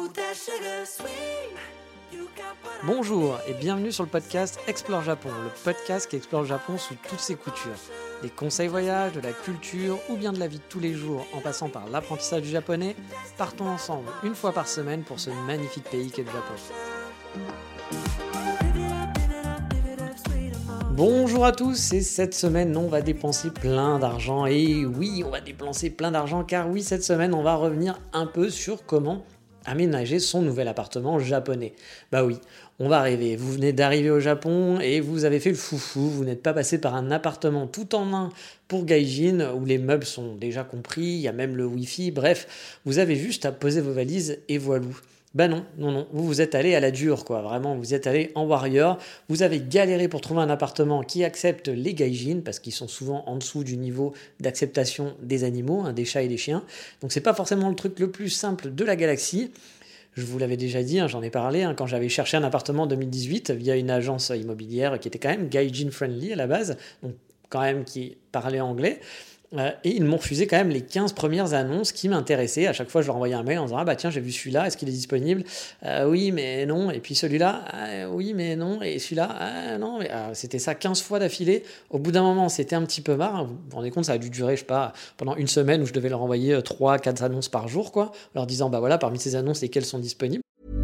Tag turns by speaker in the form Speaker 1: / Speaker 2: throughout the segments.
Speaker 1: Bonjour et bienvenue sur le podcast Explore Japon, le podcast qui explore le Japon sous toutes ses coutures. Des conseils voyages, de la culture ou bien de la vie de tous les jours en passant par l'apprentissage du japonais, partons ensemble une fois par semaine pour ce magnifique pays qu'est le Japon. Bonjour à tous, et cette semaine on va dépenser plein d'argent, et oui on va dépenser plein d'argent car oui cette semaine on va revenir un peu sur comment aménager son nouvel appartement japonais. Bah oui, on va rêver, vous venez d'arriver au Japon et vous avez fait le foufou, vous n'êtes pas passé par un appartement tout en un pour gaijin où les meubles sont déjà compris, il y a même le wifi, bref, vous avez juste à poser vos valises et voilà. Bah non, vous êtes allé à la dure quoi, vraiment, vous êtes allé en warrior, vous avez galéré pour trouver un appartement qui accepte les gaijin, parce qu'ils sont souvent en dessous du niveau d'acceptation des animaux, des chats et des chiens, donc c'est pas forcément le truc le plus simple de la galaxie. Je vous l'avais déjà dit, j'en ai parlé, quand j'avais cherché un appartement en 2018 via une agence immobilière qui était quand même gaijin friendly à la base, donc quand même qui parlait anglais. Et ils m'ont refusé quand même les 15 premières annonces qui m'intéressaient. À chaque fois, je leur envoyais un mail en disant « Ah bah tiens, j'ai vu celui-là, est-ce qu'il est disponible ?»« Oui, mais non. » Et puis celui-là « Oui, mais non. » Et celui-là « Non. » Mais c'était ça 15 fois d'affilée. Au bout d'un moment, c'était un petit peu marre. Vous vous rendez compte, ça a dû durer, je sais pas, pendant une semaine où je devais leur envoyer 3-4 annonces par jour, quoi, en leur disant « Bah voilà, parmi ces annonces, lesquelles sont disponibles ?»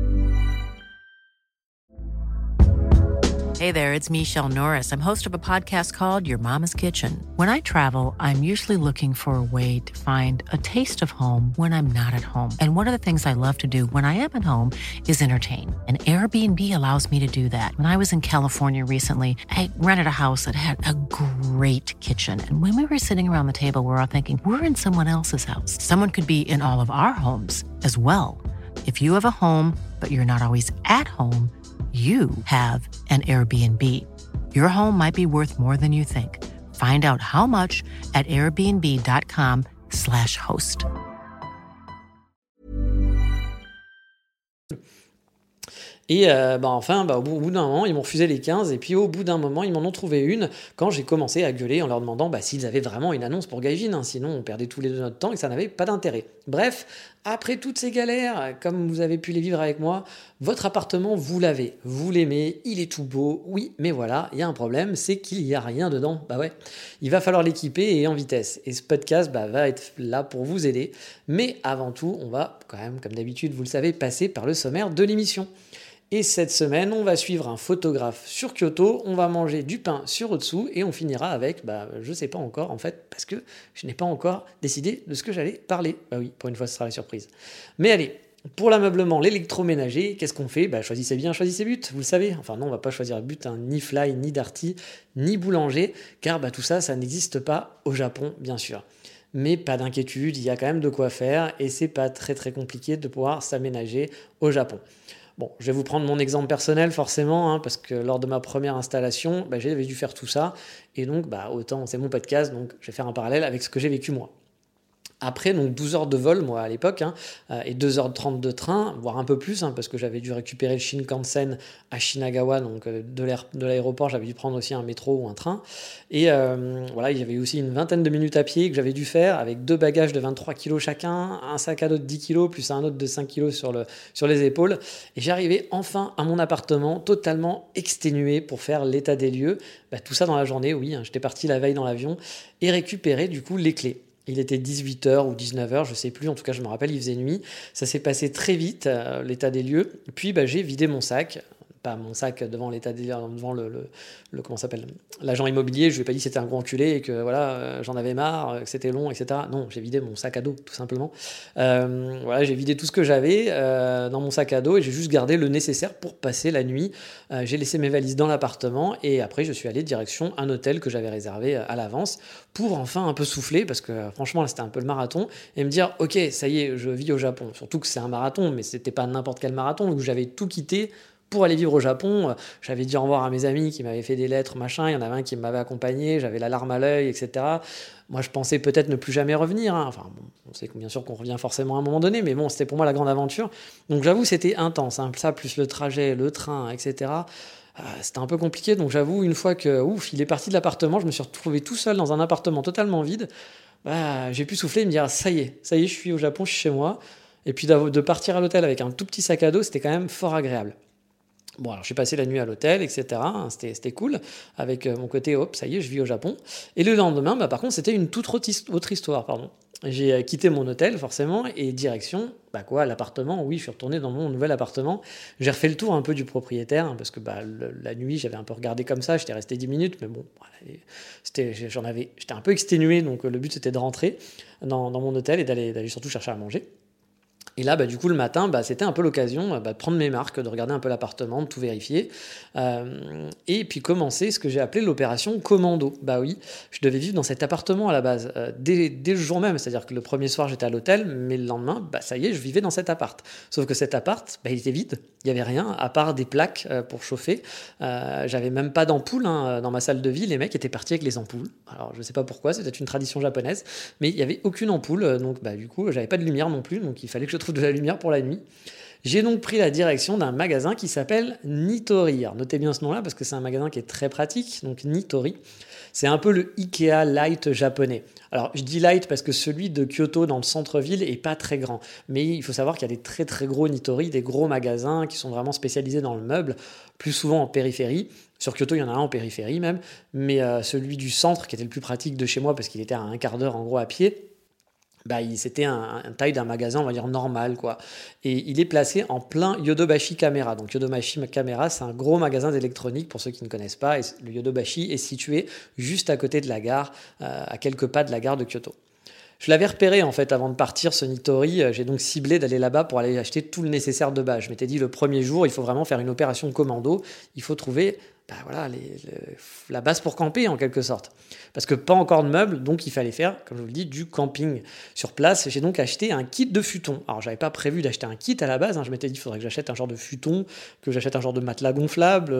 Speaker 2: Hey there, it's Michelle Norris. I'm host of a podcast called Your Mama's Kitchen. When I travel, I'm usually looking for a way to find a taste of home when I'm not at home. And one of the things I love to do when I am at home is entertain. And Airbnb allows me to do that. When I was in California recently, I rented a house that had a great kitchen. And when we were sitting around the table, we were all thinking, we're in someone else's house. Someone could be in all of our homes as well. If you have a home, but you're not always at home, you have an Airbnb. Your home might be worth more than you think. Find out how much at airbnb.com/host.
Speaker 1: Et au bout d'un moment, ils m'ont refusé les 15, et puis au bout d'un moment, ils m'en ont trouvé une quand j'ai commencé à gueuler en leur demandant s'ils avaient vraiment une annonce pour gaijin, sinon on perdait tous les deux notre temps et ça n'avait pas d'intérêt. Bref, après toutes ces galères, comme vous avez pu les vivre avec moi, votre appartement, vous l'avez, vous l'aimez, il est tout beau, oui, mais voilà, il y a un problème, c'est qu'il n'y a rien dedans. Bah ouais, il va falloir l'équiper et en vitesse. Et ce podcast va être là pour vous aider. Mais avant tout, on va quand même, comme d'habitude, vous le savez, passer par le sommaire de l'émission. Et cette semaine, on va suivre un photographe sur Kyoto, on va manger du pain sur Otsu et on finira avec, je sais pas encore en fait, parce que je n'ai pas encore décidé de ce que j'allais parler. Bah oui, pour une fois, ce sera la surprise. Mais allez, pour l'ameublement, l'électroménager, qu'est-ce qu'on fait ? Choisissez bien, choisissez but, vous le savez. Enfin non, on va pas choisir but, ni Fly, ni Darty, ni Boulanger, car tout ça, ça n'existe pas au Japon, bien sûr. Mais pas d'inquiétude, il y a quand même de quoi faire et c'est pas très très compliqué de pouvoir s'aménager au Japon. Bon, je vais vous prendre mon exemple personnel forcément, parce que lors de ma première installation, j'avais dû faire tout ça. Et donc, autant, c'est mon podcast, donc je vais faire un parallèle avec ce que j'ai vécu moi. Après, donc 12 heures de vol, moi, à l'époque, et 2h30 de train, voire un peu plus, parce que j'avais dû récupérer le Shinkansen à Shinagawa, donc de l'aéroport, j'avais dû prendre aussi un métro ou un train. Et il y avait aussi une vingtaine de minutes à pied que j'avais dû faire, avec 2 bagages de 23 kilos chacun, un sac à dos de 10 kilos, plus un autre de 5 kilos sur les épaules. Et j'arrivais enfin à mon appartement, totalement exténué pour faire l'état des lieux. Tout ça dans la journée, oui, j'étais parti la veille dans l'avion, et récupérer du coup les clés. Il était 18h ou 19h, je sais plus, en tout cas je me rappelle, il faisait nuit. Ça s'est passé très vite, l'état des lieux. Puis j'ai vidé mon sac, pas mon sac devant l'état des lieux, devant le comment s'appelle, l'agent immobilier. Je lui ai pas dit que c'était un gros enculé et que j'en avais marre, que c'était long, etc. Non, j'ai vidé mon sac à dos, tout simplement. J'ai vidé tout ce que j'avais dans mon sac à dos et j'ai juste gardé le nécessaire pour passer la nuit. J'ai laissé mes valises dans l'appartement et après je suis allé direction un hôtel que j'avais réservé à l'avance pour enfin un peu souffler, parce que franchement là c'était un peu le marathon, et me dire ok, ça y est, je vis au Japon. Surtout que c'est un marathon, mais c'était pas n'importe quel marathon, où j'avais tout quitté pour aller vivre au Japon. J'avais dit au revoir à mes amis qui m'avaient fait des lettres, machin. Il y en avait un qui m'avait accompagné, j'avais la larme à l'œil, etc. Moi, je pensais peut-être ne plus jamais revenir. Enfin, bon, on sait bien sûr qu'on revient forcément à un moment donné, mais bon, c'était pour moi la grande aventure. Donc, j'avoue, c'était intense. Ça, plus le trajet, le train, etc. C'était un peu compliqué. Donc, j'avoue, une fois que, il est parti de l'appartement, je me suis retrouvé tout seul dans un appartement totalement vide. J'ai pu souffler et me dire, ça y est, je suis au Japon, je suis chez moi. Et puis de partir à l'hôtel avec un tout petit sac à dos, c'était quand même fort agréable. Bon, alors j'ai passé la nuit à l'hôtel, etc. C'était cool, avec mon côté, hop, ça y est, je vis au Japon. Et le lendemain, par contre, c'était une toute autre histoire, pardon. J'ai quitté mon hôtel, forcément, et direction, l'appartement. Oui, je suis retourné dans mon nouvel appartement. J'ai refait le tour un peu du propriétaire, parce que la nuit, j'avais un peu regardé comme ça, j'étais resté 10 minutes, mais bon, j'étais un peu exténué, donc le but, c'était de rentrer dans mon hôtel et d'aller surtout chercher à manger. Et là, du coup, le matin, c'était un peu l'occasion de prendre mes marques, de regarder un peu l'appartement, de tout vérifier. Et puis commencer ce que j'ai appelé l'opération commando. Bah oui, je devais vivre dans cet appartement à la base, dès le jour même. C'est-à-dire que le premier soir, j'étais à l'hôtel, mais le lendemain, ça y est, je vivais dans cet appart. Sauf que cet appart, il était vide. Il n'y avait rien, à part des plaques pour chauffer. J'avais même pas d'ampoule dans ma salle de vie. Les mecs étaient partis avec les ampoules. Alors, je ne sais pas pourquoi, c'est peut-être une tradition japonaise. Mais il n'y avait aucune ampoule. Donc, du coup, j'avais pas de lumière non plus. Donc, il fallait que je trouve de la lumière pour la nuit. J'ai donc pris la direction d'un magasin qui s'appelle Nitori. Alors, notez bien ce nom-là parce que c'est un magasin qui est très pratique. Donc, Nitori. C'est un peu le Ikea light japonais. Alors, je dis light parce que celui de Kyoto dans le centre-ville est pas très grand. Mais il faut savoir qu'il y a des très très gros Nitori, des gros magasins qui sont vraiment spécialisés dans le meuble, plus souvent en périphérie. Sur Kyoto, il y en a un en périphérie même. Mais celui du centre, qui était le plus pratique de chez moi parce qu'il était à un quart d'heure en gros à pied, c'était un taille d'un magasin, on va dire, normal, quoi. Et il est placé en plein Yodobashi Camera. Donc, Yodobashi Camera, c'est un gros magasin d'électronique, pour ceux qui ne connaissent pas. Et le Yodobashi est situé juste à côté de la gare, à quelques pas de la gare de Kyoto. Je l'avais repéré, en fait, avant de partir, ce Nitori. J'ai donc ciblé d'aller là-bas pour aller acheter tout le nécessaire de base. Je m'étais dit, le premier jour, il faut vraiment faire une opération commando. Il faut trouver la base pour camper, en quelque sorte. Parce que pas encore de meubles, donc il fallait faire, comme je vous le dis, du camping. Sur place, j'ai donc acheté un kit de futon. Alors, j'avais pas prévu d'acheter un kit à la base. Je m'étais dit, il faudrait que j'achète un genre de futon, que j'achète un genre de matelas gonflable,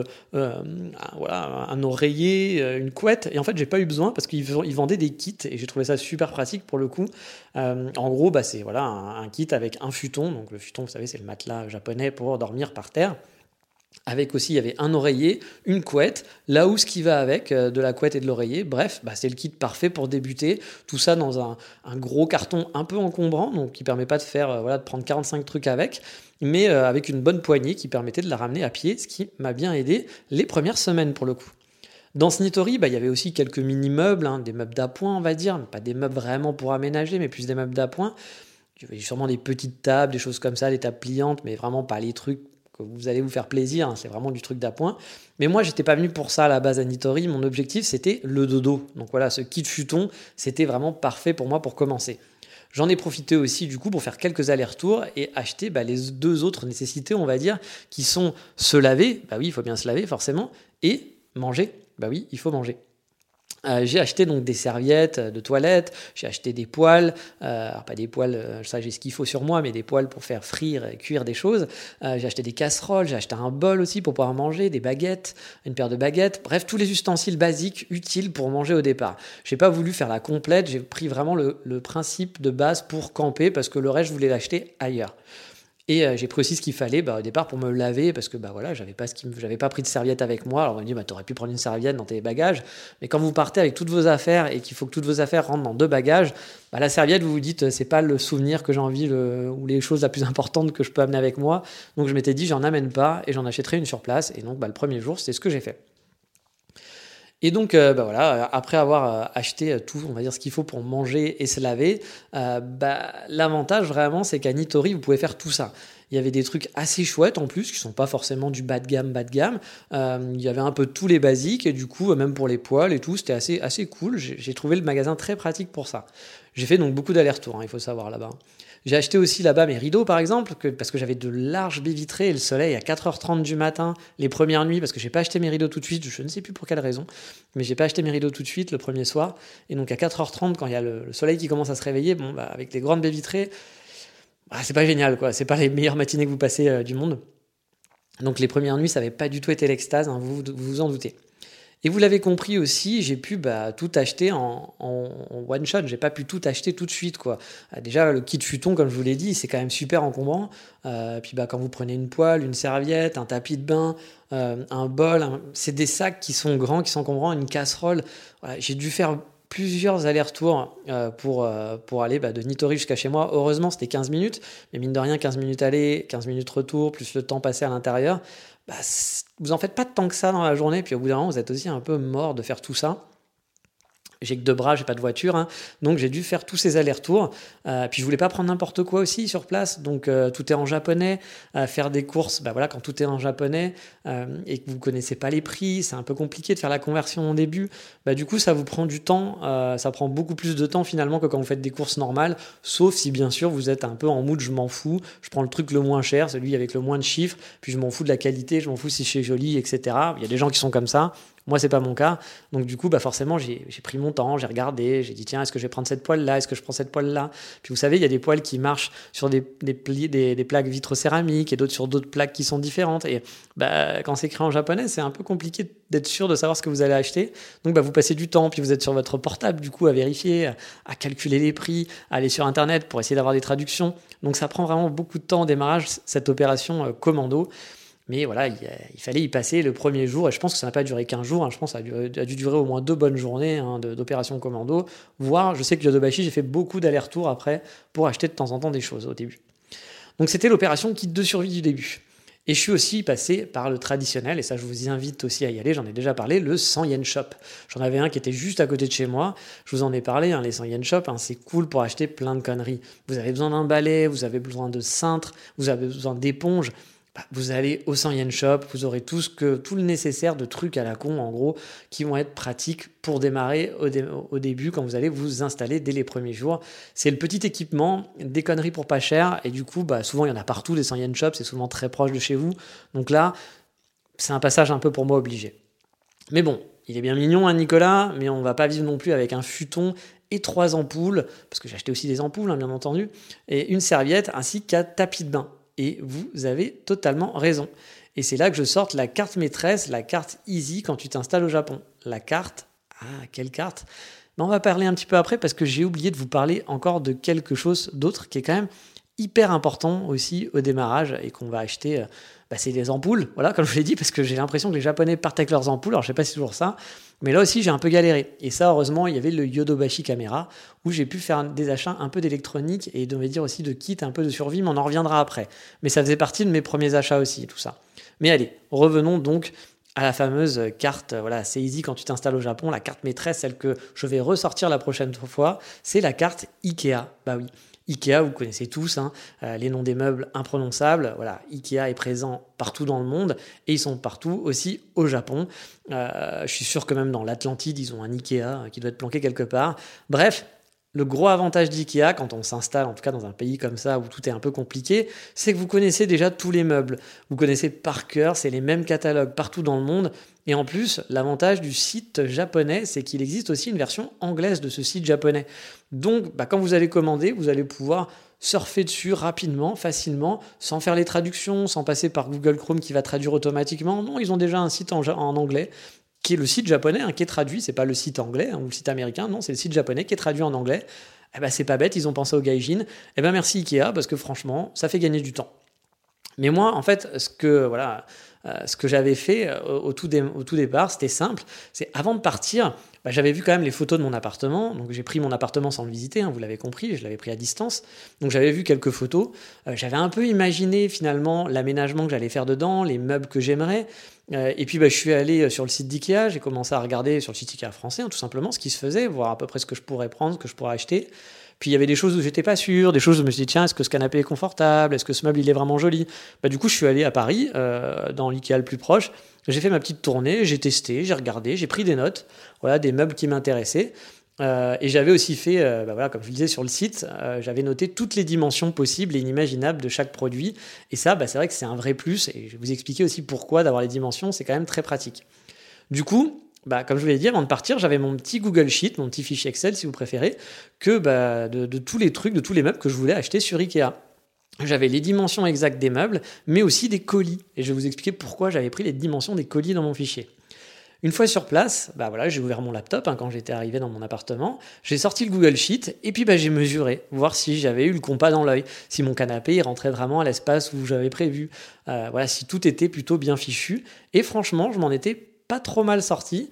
Speaker 1: un oreiller, une couette. Et en fait, j'ai pas eu besoin parce qu'ils vendaient des kits et j'ai trouvé ça super pratique pour le coup. En gros, c'est un kit avec un futon. Donc, le futon, vous savez, c'est le matelas japonais pour dormir par terre. Avec aussi, il y avait un oreiller, une couette, la housse qui va avec, de la couette et de l'oreiller. Bref, c'est le kit parfait pour débuter. Tout ça dans un gros carton un peu encombrant, donc qui ne permet pas de prendre 45 trucs avec, mais avec une bonne poignée qui permettait de la ramener à pied, ce qui m'a bien aidé les premières semaines pour le coup. Dans ce Nitori, il y avait aussi quelques mini-meubles, des meubles d'appoint, on va dire, pas des meubles vraiment pour aménager, mais plus des meubles d'appoint. Il y avait sûrement des petites tables, des choses comme ça, des tables pliantes, mais vraiment pas les trucs que vous allez vous faire plaisir, c'est vraiment du truc d'appoint. Mais moi, j'étais pas venu pour ça à la base à Nitori. Mon objectif, c'était le dodo. Donc voilà, ce kit futon, c'était vraiment parfait pour moi pour commencer. J'en ai profité aussi du coup pour faire quelques allers-retours et acheter les deux autres nécessités, on va dire, qui sont se laver, oui, il faut bien se laver forcément, et manger, oui, il faut manger. J'ai acheté donc des serviettes de toilette, j'ai acheté des poêles, alors pas des poêles, ça j'ai ce qu'il faut sur moi, mais des poêles pour faire frire et cuire des choses. J'ai acheté des casseroles, j'ai acheté un bol aussi pour pouvoir manger, des baguettes, une paire de baguettes, bref, tous les ustensiles basiques utiles pour manger au départ. J'ai pas voulu faire la complète, j'ai pris vraiment le principe de base pour camper parce que le reste, je voulais l'acheter ailleurs. Et j'ai pris aussi ce qu'il fallait au départ pour me laver parce que j'avais pas pris de serviette avec moi. Alors on m'a dit t'aurais pu prendre une serviette dans tes bagages, mais quand vous partez avec toutes vos affaires et qu'il faut que toutes vos affaires rentrent dans 2 bagages, la serviette vous vous dites c'est pas le souvenir que j'ai envie ou les choses la plus importante que je peux amener avec moi. Donc je m'étais dit j'en amène pas et j'en achèterai une sur place. Et donc le premier jour c'était ce que j'ai fait. Et donc, après avoir acheté tout, on va dire ce qu'il faut pour manger et se laver, l'avantage vraiment, c'est qu'à Nitori, vous pouvez faire tout ça. Il y avait des trucs assez chouettes en plus, qui sont pas forcément du bas de gamme. Il y avait un peu tous les basiques, et du coup, même pour les poêles et tout, c'était assez cool. J'ai trouvé le magasin très pratique pour ça. J'ai fait donc beaucoup d'allers-retours, il faut savoir là-bas. J'ai acheté aussi là-bas mes rideaux, par exemple, parce que j'avais de larges baies vitrées et le soleil à 4h30 du matin, les premières nuits, parce que j'ai pas acheté mes rideaux tout de suite, je ne sais plus pour quelle raison, mais j'ai pas acheté mes rideaux tout de suite le premier soir. Et donc à 4h30, quand il y a le soleil qui commence à se réveiller, avec les grandes baies vitrées, c'est pas génial, quoi. C'est pas les meilleures matinées que vous passez du monde. Donc les premières nuits, ça n'avait pas du tout été l'extase, vous vous en doutez. Et vous l'avez compris aussi, j'ai pu tout acheter en one shot. J'ai pas pu tout acheter tout de suite, quoi. Déjà, le kit futon, comme je vous l'ai dit, c'est quand même super encombrant. Puis quand vous prenez une poêle, une serviette, un tapis de bain, un bol, c'est des sacs qui sont grands, qui sont encombrants, une casserole. Voilà, j'ai dû faire plusieurs allers-retours pour aller de Nitori jusqu'à chez moi. Heureusement, c'était 15 minutes, mais mine de rien, 15 minutes aller, 15 minutes retour, plus le temps passé à l'intérieur, vous en faites pas tant que ça dans la journée, puis au bout d'un moment, vous êtes aussi un peu mort de faire tout ça. J'ai que 2 bras, j'ai pas de voiture, hein, donc j'ai dû faire tous ces allers-retours. Puis je voulais pas prendre n'importe quoi aussi sur place, donc tout est en japonais. Faire des courses, quand tout est en japonais et que vous connaissez pas les prix, c'est un peu compliqué de faire la conversion au début. Du coup, ça vous prend du temps, ça prend beaucoup plus de temps finalement que quand vous faites des courses normales, sauf si bien sûr vous êtes un peu en mood je m'en fous, je prends le truc le moins cher, celui avec le moins de chiffres, puis je m'en fous de la qualité, je m'en fous si c'est joli, etc. Il y a des gens qui sont comme ça. Moi, c'est pas mon cas. Donc, du coup, forcément, j'ai pris mon temps, j'ai regardé, j'ai dit, tiens, est-ce que je vais prendre cette poêle-là? Est-ce que je prends cette poêle-là? Puis, vous savez, il y a des poêles qui marchent sur des plaques vitrocéramiques et d'autres sur d'autres plaques qui sont différentes. Et quand c'est écrit en japonais, c'est un peu compliqué d'être sûr de savoir ce que vous allez acheter. Donc, vous passez du temps, puis vous êtes sur votre portable, du coup, à vérifier, à calculer les prix, à aller sur Internet pour essayer d'avoir des traductions. Donc, ça prend vraiment beaucoup de temps au démarrage, cette opération commando. Mais voilà, il fallait y passer le premier jour, et je pense que ça n'a pas duré 15 jours, je pense que ça a dû durer au moins 2 bonnes journées d'opération commando, voire je sais que Yodobashi, j'ai fait beaucoup d'allers-retours après pour acheter de temps en temps des choses au début. Donc c'était l'opération kit de survie du début. Et je suis aussi passé par le traditionnel, et ça je vous invite aussi à y aller, j'en ai déjà parlé, le 100 yen shop. J'en avais un qui était juste à côté de chez moi, je vous en ai parlé, les 100 yen shop, c'est cool pour acheter plein de conneries. Vous avez besoin d'un balai, vous avez besoin de cintres, vous avez besoin d'éponges. Vous allez au 100 yen shop, vous aurez tout le nécessaire de trucs à la con, en gros, qui vont être pratiques pour démarrer au début, quand vous allez vous installer dès les premiers jours. C'est le petit équipement, des conneries pour pas cher, et du coup, souvent il y en a partout, des 100 yen shop, c'est souvent très proche de chez vous. Donc là, c'est un passage un peu pour moi obligé. Mais bon, il est bien mignon, Nicolas, mais on va pas vivre non plus avec un futon et 3 ampoules, parce que j'ai acheté aussi des ampoules, bien entendu, et une serviette, ainsi qu'un tapis de bain. Et vous avez totalement raison. Et c'est là que je sorte la carte maîtresse, la carte Easy quand tu t'installes au Japon. La carte, quelle carte? On va parler un petit peu après parce que j'ai oublié de vous parler encore de quelque chose d'autre qui est quand même hyper important aussi au démarrage et qu'on va acheter. C'est les ampoules, voilà, comme je vous l'ai dit, parce que j'ai l'impression que les Japonais partent avec leurs ampoules. Alors je sais pas si c'est toujours ça, mais là aussi j'ai un peu galéré. Et ça, heureusement, il y avait le Yodobashi Camera où j'ai pu faire des achats un peu d'électronique et de me dire aussi de kit, un peu de survie, mais on en reviendra après. Mais ça faisait partie de mes premiers achats aussi, tout ça. Mais allez, revenons donc à la fameuse carte, voilà, c'est easy quand tu t'installes au Japon, la carte maîtresse, celle que je vais ressortir la prochaine fois, c'est la carte Ikea. Bah oui. Ikea, vous connaissez tous, les noms des meubles imprononçables. Voilà, Ikea est présent partout dans le monde et ils sont partout aussi au Japon. Je suis sûr que même dans l'Atlantide, ils ont un Ikea qui doit être planqué quelque part. Bref, le gros avantage d'Ikea, quand on s'installe, en tout cas dans un pays comme ça où tout est un peu compliqué, c'est que vous connaissez déjà tous les meubles. Vous connaissez par cœur, c'est les mêmes catalogues partout dans le monde. Et en plus, l'avantage du site japonais, c'est qu'il existe aussi une version anglaise de ce site japonais. Donc, quand vous allez commander, vous allez pouvoir surfer dessus rapidement, facilement, sans faire les traductions, sans passer par Google Chrome qui va traduire automatiquement. Non, ils ont déjà un site en anglais, qui est le site japonais, qui est traduit. C'est pas le site anglais ou le site américain, non, c'est le site japonais qui est traduit en anglais. C'est pas bête, ils ont pensé au gaijin. Merci Ikea, parce que franchement, ça fait gagner du temps. Mais moi, en fait, ce que j'avais fait au tout départ, c'était simple. C'est avant de partir, j'avais vu quand même les photos de mon appartement. Donc j'ai pris mon appartement sans le visiter, vous l'avez compris, je l'avais pris à distance. Donc j'avais vu quelques photos. J'avais un peu imaginé finalement l'aménagement que j'allais faire dedans, les meubles que j'aimerais. Et puis je suis allé sur le site d'Ikea, j'ai commencé à regarder sur le site Ikea français, tout simplement, ce qui se faisait, voir à peu près ce que je pourrais prendre, ce que je pourrais acheter. Puis il y avait des choses où j'étais pas sûr, des choses où je me suis dit tiens, est-ce que ce canapé est confortable, est-ce que ce meuble il est vraiment joli. Du coup je suis allé à Paris, dans l'Ikea le plus proche, j'ai fait ma petite tournée, j'ai testé, j'ai regardé, j'ai pris des notes, voilà, des meubles qui m'intéressaient. Et j'avais aussi fait, comme je le disais sur le site, j'avais noté toutes les dimensions possibles et inimaginables de chaque produit. Et ça, c'est vrai que c'est un vrai plus. Et je vais vous expliquer aussi pourquoi d'avoir les dimensions, c'est quand même très pratique. Du coup, comme je vous l'ai dit, avant de partir, j'avais mon petit Google Sheet, mon petit fichier Excel si vous préférez, de tous les trucs, de tous les meubles que je voulais acheter sur Ikea. J'avais les dimensions exactes des meubles, mais aussi des colis. Et je vais vous expliquer pourquoi j'avais pris les dimensions des colis dans mon fichier. Une fois sur place, j'ai ouvert mon laptop quand j'étais arrivé dans mon appartement, j'ai sorti le Google Sheet et puis j'ai mesuré, voir si j'avais eu le compas dans l'œil, si mon canapé rentrait vraiment à l'espace où j'avais prévu, si tout était plutôt bien fichu. Et franchement, je m'en étais pas trop mal sorti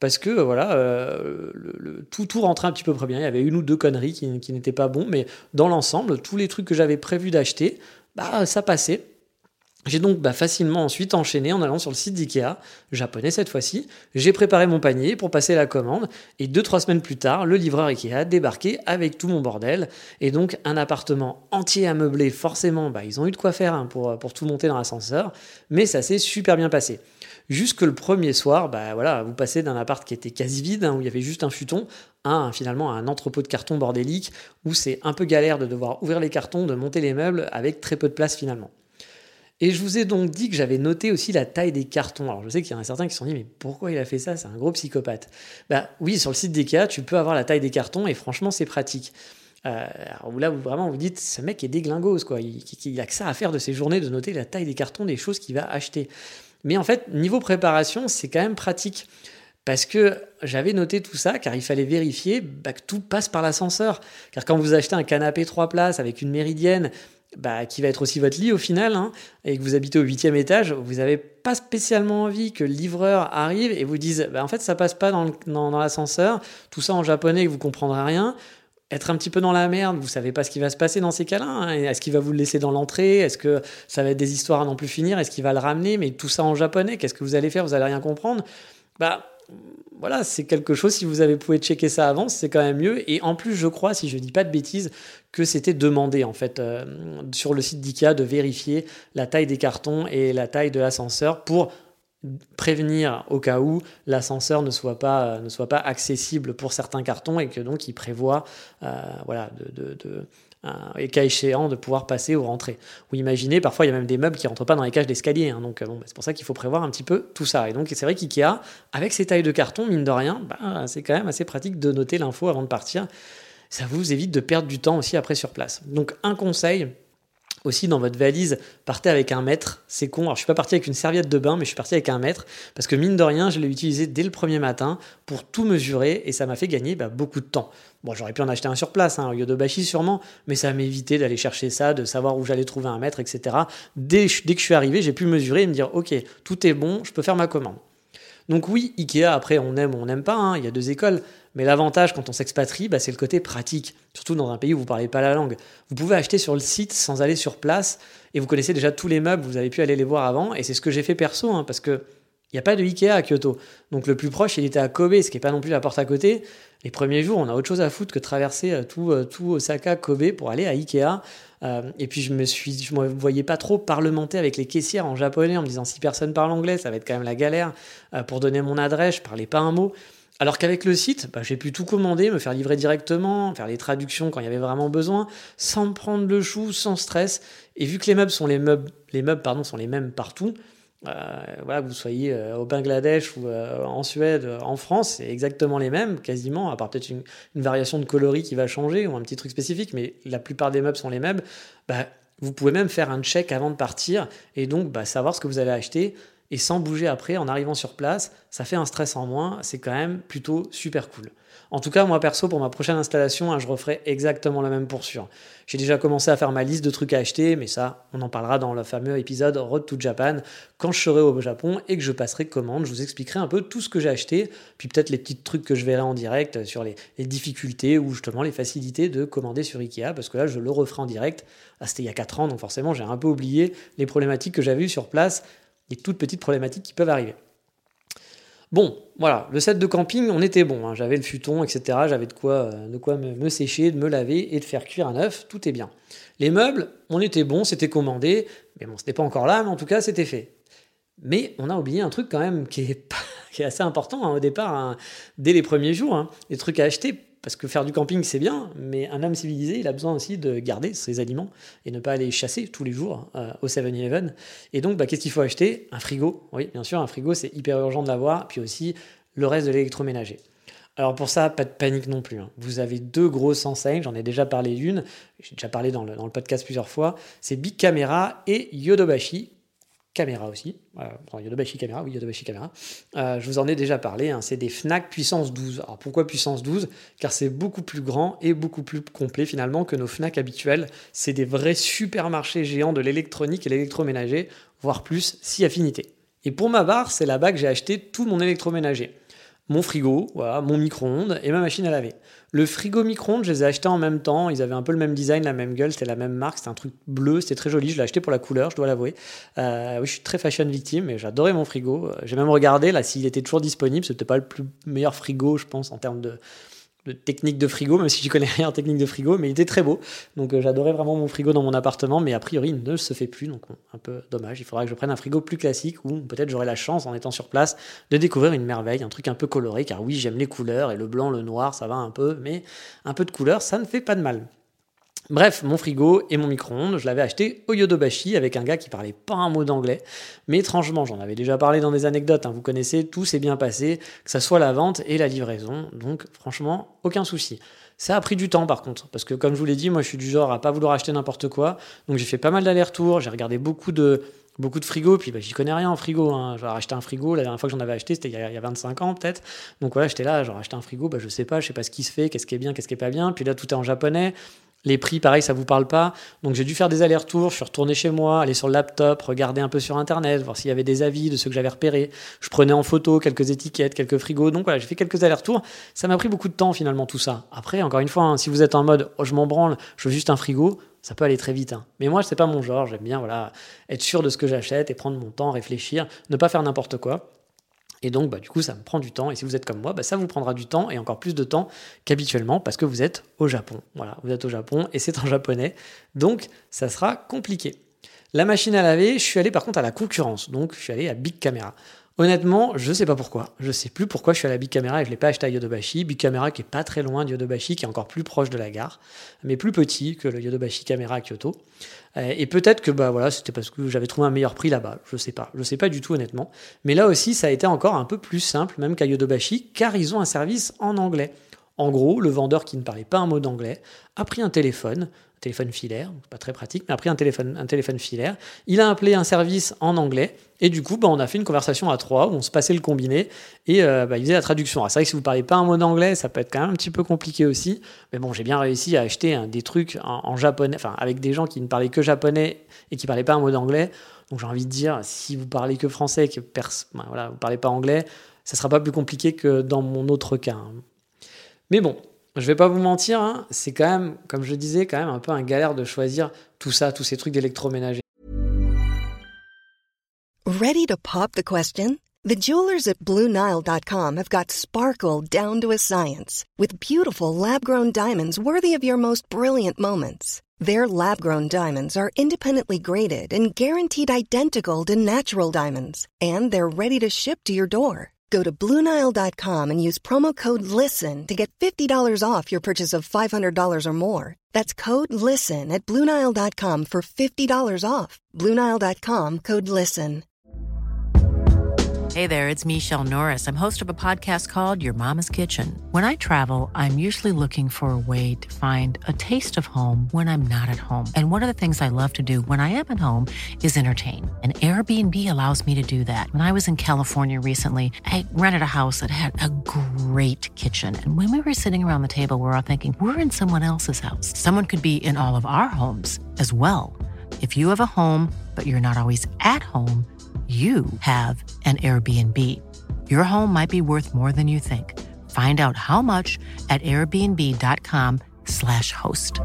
Speaker 1: parce que tout rentrait un petit peu bien. Il y avait une ou deux conneries qui n'étaient pas bons, mais dans l'ensemble, tous les trucs que j'avais prévu d'acheter, ça passait. J'ai donc facilement ensuite enchaîné en allant sur le site d'IKEA, japonais cette fois-ci. J'ai préparé mon panier pour passer la commande et 2-3 semaines plus tard, le livreur IKEA débarquait avec tout mon bordel. Et donc un appartement entier ameubler, forcément, ils ont eu de quoi faire pour tout monter dans l'ascenseur, mais ça s'est super bien passé. Jusque le premier soir, vous passez d'un appart qui était quasi vide, où il y avait juste un futon, finalement un entrepôt de carton bordélique, où c'est un peu galère de devoir ouvrir les cartons, de monter les meubles avec très peu de place finalement. Et je vous ai donc dit que j'avais noté aussi la taille des cartons. Alors je sais qu'il y en a certains qui se sont dit, mais pourquoi il a fait ça ? C'est un gros psychopathe. Oui, sur le site d'IKEA, tu peux avoir la taille des cartons et franchement, c'est pratique. Alors là, vous vous dites, ce mec est déglingos, quoi. Il a que ça à faire de ses journées, de noter la taille des cartons des choses qu'il va acheter. Mais en fait, niveau préparation, c'est quand même pratique. Parce que j'avais noté tout ça, car il fallait vérifier que tout passe par l'ascenseur. Car quand vous achetez un canapé 3 places avec une méridienne, qui va être aussi votre lit au final, et que vous habitez au 8e étage, vous n'avez pas spécialement envie que le livreur arrive et vous dise en fait ça passe pas dans l'ascenseur, tout ça en japonais que vous comprendrez rien, être un petit peu dans la merde, vous savez pas ce qui va se passer dans ces cas-là, est-ce qu'il va vous le laisser dans l'entrée, est-ce que ça va être des histoires à n'en plus finir, est-ce qu'il va le ramener, mais tout ça en japonais, qu'est-ce que vous allez faire, vous allez rien comprendre, voilà, c'est quelque chose, si vous pouvez checker ça avant, c'est quand même mieux. Et en plus, je crois, si je dis pas de bêtises, que c'était demandé en fait sur le site d'IKEA de vérifier la taille des cartons et la taille de l'ascenseur pour prévenir au cas où l'ascenseur ne soit pas accessible pour certains cartons et que donc il prévoit et cas échéant de pouvoir passer ou rentrer. Ou imaginez, parfois il y a même des meubles qui ne rentrent pas dans les cages d'escalier, donc c'est pour ça qu'il faut prévoir un petit peu tout ça. Et donc c'est vrai qu'IKEA, avec ses tailles de carton, mine de rien, c'est quand même assez pratique de noter l'info avant de partir. Ça vous évite de perdre du temps aussi après sur place. Donc un conseil, aussi dans votre valise, partez avec 1 mètre. C'est con, alors je suis pas parti avec une serviette de bain, mais je suis parti avec 1 mètre, parce que mine de rien, je l'ai utilisé dès le premier matin pour tout mesurer, et ça m'a fait gagner beaucoup de temps. Bon, j'aurais pu en acheter un sur place, au Yodobashi sûrement, mais ça m'a évité d'aller chercher ça, de savoir où j'allais trouver 1 mètre, etc. Dès que je suis arrivé, j'ai pu mesurer et me dire, ok, tout est bon, je peux faire ma commande. Donc oui, IKEA, après, on aime ou on n'aime pas, il y a 2 écoles, mais l'avantage quand on s'expatrie, c'est le côté pratique, surtout dans un pays où vous ne parlez pas la langue. Vous pouvez acheter sur le site sans aller sur place, et vous connaissez déjà tous les meubles, vous avez pu aller les voir avant, et c'est ce que j'ai fait perso, parce que il n'y a pas de Ikea à Kyoto. Donc le plus proche, il était à Kobe, ce qui n'est pas non plus la porte à côté. Les premiers jours, on a autre chose à foutre que traverser tout Osaka, Kobe pour aller à Ikea. Et puis je me voyais pas trop parlementer avec les caissières en japonais en me disant si personne parle anglais, ça va être quand même la galère. Pour donner mon adresse, je parlais pas un mot. Alors qu'avec le site, j'ai pu tout commander, me faire livrer directement, faire les traductions quand il y avait vraiment besoin, sans me prendre le chou, sans stress. Et vu que les meubles sont les mêmes partout, que vous soyez au Bangladesh ou en Suède, en France, c'est exactement les mêmes, quasiment, à part peut-être une variation de coloris qui va changer ou un petit truc spécifique, mais la plupart des meubles sont les mêmes. Vous pouvez même faire un check avant de partir et donc savoir ce que vous allez acheter et sans bouger après en arrivant sur place. Ça fait un stress en moins, c'est quand même plutôt super cool. En tout cas, moi perso, pour ma prochaine installation, je referai exactement la même pour sûr. J'ai déjà commencé à faire ma liste de trucs à acheter, mais ça, on en parlera dans le fameux épisode Road to Japan, quand je serai au Japon et que je passerai commande. Je vous expliquerai un peu tout ce que j'ai acheté, puis peut-être les petits trucs que je verrai en direct sur les difficultés ou justement les facilités de commander sur Ikea, parce que là, je le referai en direct. C'était il y a 4 ans, donc forcément, j'ai un peu oublié les problématiques que j'avais eues sur place, les toutes petites problématiques qui peuvent arriver. Bon, voilà, le set de camping, on était bon, j'avais le futon, etc., j'avais de quoi me sécher, de me laver et de faire cuire un œuf, tout est bien. Les meubles, on était bon, c'était commandé, mais bon, c'était pas encore là, mais en tout cas, c'était fait. Mais on a oublié un truc quand même qui est assez important au départ, dès les premiers jours, les trucs à acheter, parce que faire du camping, c'est bien, mais un homme civilisé, il a besoin aussi de garder ses aliments et ne pas aller chasser tous les jours au 7-Eleven. Et donc, qu'est-ce qu'il faut acheter ? Un frigo. Oui, bien sûr, un frigo, c'est hyper urgent de l'avoir. Puis aussi, le reste de l'électroménager. Alors pour ça, pas de panique non plus. Vous avez 2 grosses enseignes, j'en ai déjà parlé d'une, j'ai déjà parlé dans le podcast plusieurs fois, c'est Bic Camera et Yodobashi. Caméra aussi, Yodobashi Camera, oui, Yodobashi Camera. Je vous en ai déjà parlé, c'est des Fnac puissance 12. Alors pourquoi puissance 12 ? Car c'est beaucoup plus grand et beaucoup plus complet finalement que nos Fnac habituels. C'est des vrais supermarchés géants de l'électronique et l'électroménager, voire plus, si affinité. Et pour ma part, c'est là-bas que j'ai acheté tout mon électroménager. mon frigo, voilà, mon micro-ondes et ma machine à laver. Le frigo micro-ondes, je les ai achetés en même temps. Ils avaient un peu le même design, la même gueule, c'était la même marque. C'était un truc bleu, c'était très joli. Je l'ai acheté pour la couleur, je dois l'avouer. Oui, je suis très fashion victime et j'adorais mon frigo. J'ai même regardé là s'il était toujours disponible. C'était pas le meilleur frigo, je pense, en termes de technique de frigo, même si je connais rien en technique de frigo, mais il était très beau. Donc j'adorais vraiment mon frigo dans mon appartement, mais a priori il ne se fait plus, donc un peu dommage. Il faudra que je prenne un frigo plus classique, ou peut-être j'aurai la chance, en étant sur place, de découvrir une merveille, un truc un peu coloré, car oui, j'aime les couleurs, et le blanc, le noir, ça va un peu, mais un peu de couleur, ça ne fait pas de mal. Bref, mon frigo et mon micro-ondes, je l'avais acheté au Yodobashi avec un gars qui parlait pas un mot d'anglais. Mais étrangement, j'en avais déjà parlé dans des anecdotes, vous connaissez, tout s'est bien passé, que ça soit la vente et la livraison. Donc franchement, aucun souci. Ça a pris du temps par contre, parce que comme je vous l'ai dit, moi je suis du genre à pas vouloir acheter n'importe quoi. Donc j'ai fait pas mal d'allers-retours, j'ai regardé beaucoup de frigos, puis j'y connais rien en frigo. J'ai acheté un frigo, la dernière fois que j'en avais acheté, c'était il y a 25 ans peut-être. Donc voilà, j'étais là, j'ai acheté un frigo, je sais pas ce qui se fait, qu'est-ce qui est bien, qu'est-ce qui est pas bien. Puis là, tout est en japonais. Les prix, pareil, ça vous parle pas. Donc j'ai dû faire des allers-retours, je suis retourné chez moi, aller sur le laptop, regarder un peu sur Internet, voir s'il y avait des avis de ceux que j'avais repérés. Je prenais en photo quelques étiquettes, quelques frigos. Donc voilà, j'ai fait quelques allers-retours. Ça m'a pris beaucoup de temps finalement tout ça. Après, encore une fois, si vous êtes en mode je m'en branle, je veux juste un frigo, ça peut aller très vite. Mais moi, c'est pas mon genre. J'aime bien être sûr de ce que j'achète et prendre mon temps, réfléchir, ne pas faire n'importe quoi. Et donc, du coup, ça me prend du temps. Et si vous êtes comme moi, ça vous prendra du temps et encore plus de temps qu'habituellement parce que vous êtes au Japon. Voilà, vous êtes au Japon et c'est en japonais. Donc, ça sera compliqué. La machine à laver, je suis allé par contre à la concurrence. Donc, je suis allé à Big Camera. Honnêtement, je ne sais pas pourquoi. Je ne sais plus pourquoi je suis allé à Big Camera et je ne l'ai pas acheté à Yodobashi. Big Camera qui est pas très loin de Yodobashi, qui est encore plus proche de la gare, mais plus petit que le Yodobashi Camera à Kyoto. Et peut-être que c'était parce que j'avais trouvé un meilleur prix là-bas. Je sais pas du tout honnêtement. Mais là aussi, ça a été encore un peu plus simple, même qu'à Yodobashi, car ils ont un service en anglais. En gros, le vendeur qui ne parlait pas un mot d'anglais a pris un téléphone filaire, pas très pratique, mais a pris un téléphone filaire. Il a appelé un service en anglais et du coup, on a fait une conversation à trois où on se passait le combiné et il faisait la traduction. Alors, c'est vrai que si vous ne parlez pas un mot d'anglais, ça peut être quand même un petit peu compliqué aussi. Mais bon, j'ai bien réussi à acheter des trucs en japonais, avec des gens qui ne parlaient que japonais et qui ne parlaient pas un mot d'anglais. Donc, j'ai envie de dire, si vous parlez que français et que vous ne parlez pas anglais, ça ne sera pas plus compliqué que dans mon autre cas. Mais bon, je vais pas vous mentir, c'est quand même, comme je disais, quand même un peu un galère de choisir tout ça, tous ces trucs d'électroménager.
Speaker 3: Ready to pop the question? The jewelers at BlueNile.com have got sparkle down to a science with beautiful lab-grown diamonds worthy of your most brilliant moments. Their lab-grown diamonds are independently graded and guaranteed identical to natural diamonds, and they're ready to ship to your door. Go to BlueNile.com and use promo code LISTEN to get $50 off your purchase of $500 or more. That's code LISTEN at BlueNile.com for $50 off. BlueNile.com, code LISTEN.
Speaker 2: Hey there, it's Michelle Norris. I'm host of a podcast called Your Mama's Kitchen. When I travel, I'm usually looking for a way to find a taste of home when I'm not at home. And one of the things I love to do when I am at home is entertain. And Airbnb allows me to do that. When I was in California recently, I rented a house that had a great kitchen. And when we were sitting around the table, we were all thinking, we're in someone else's house. Someone could be in all of our homes as well. If you have a home, but you're not always at home, you have an Airbnb. Your home might be worth more than you think. Find out how much at airbnb.com/host.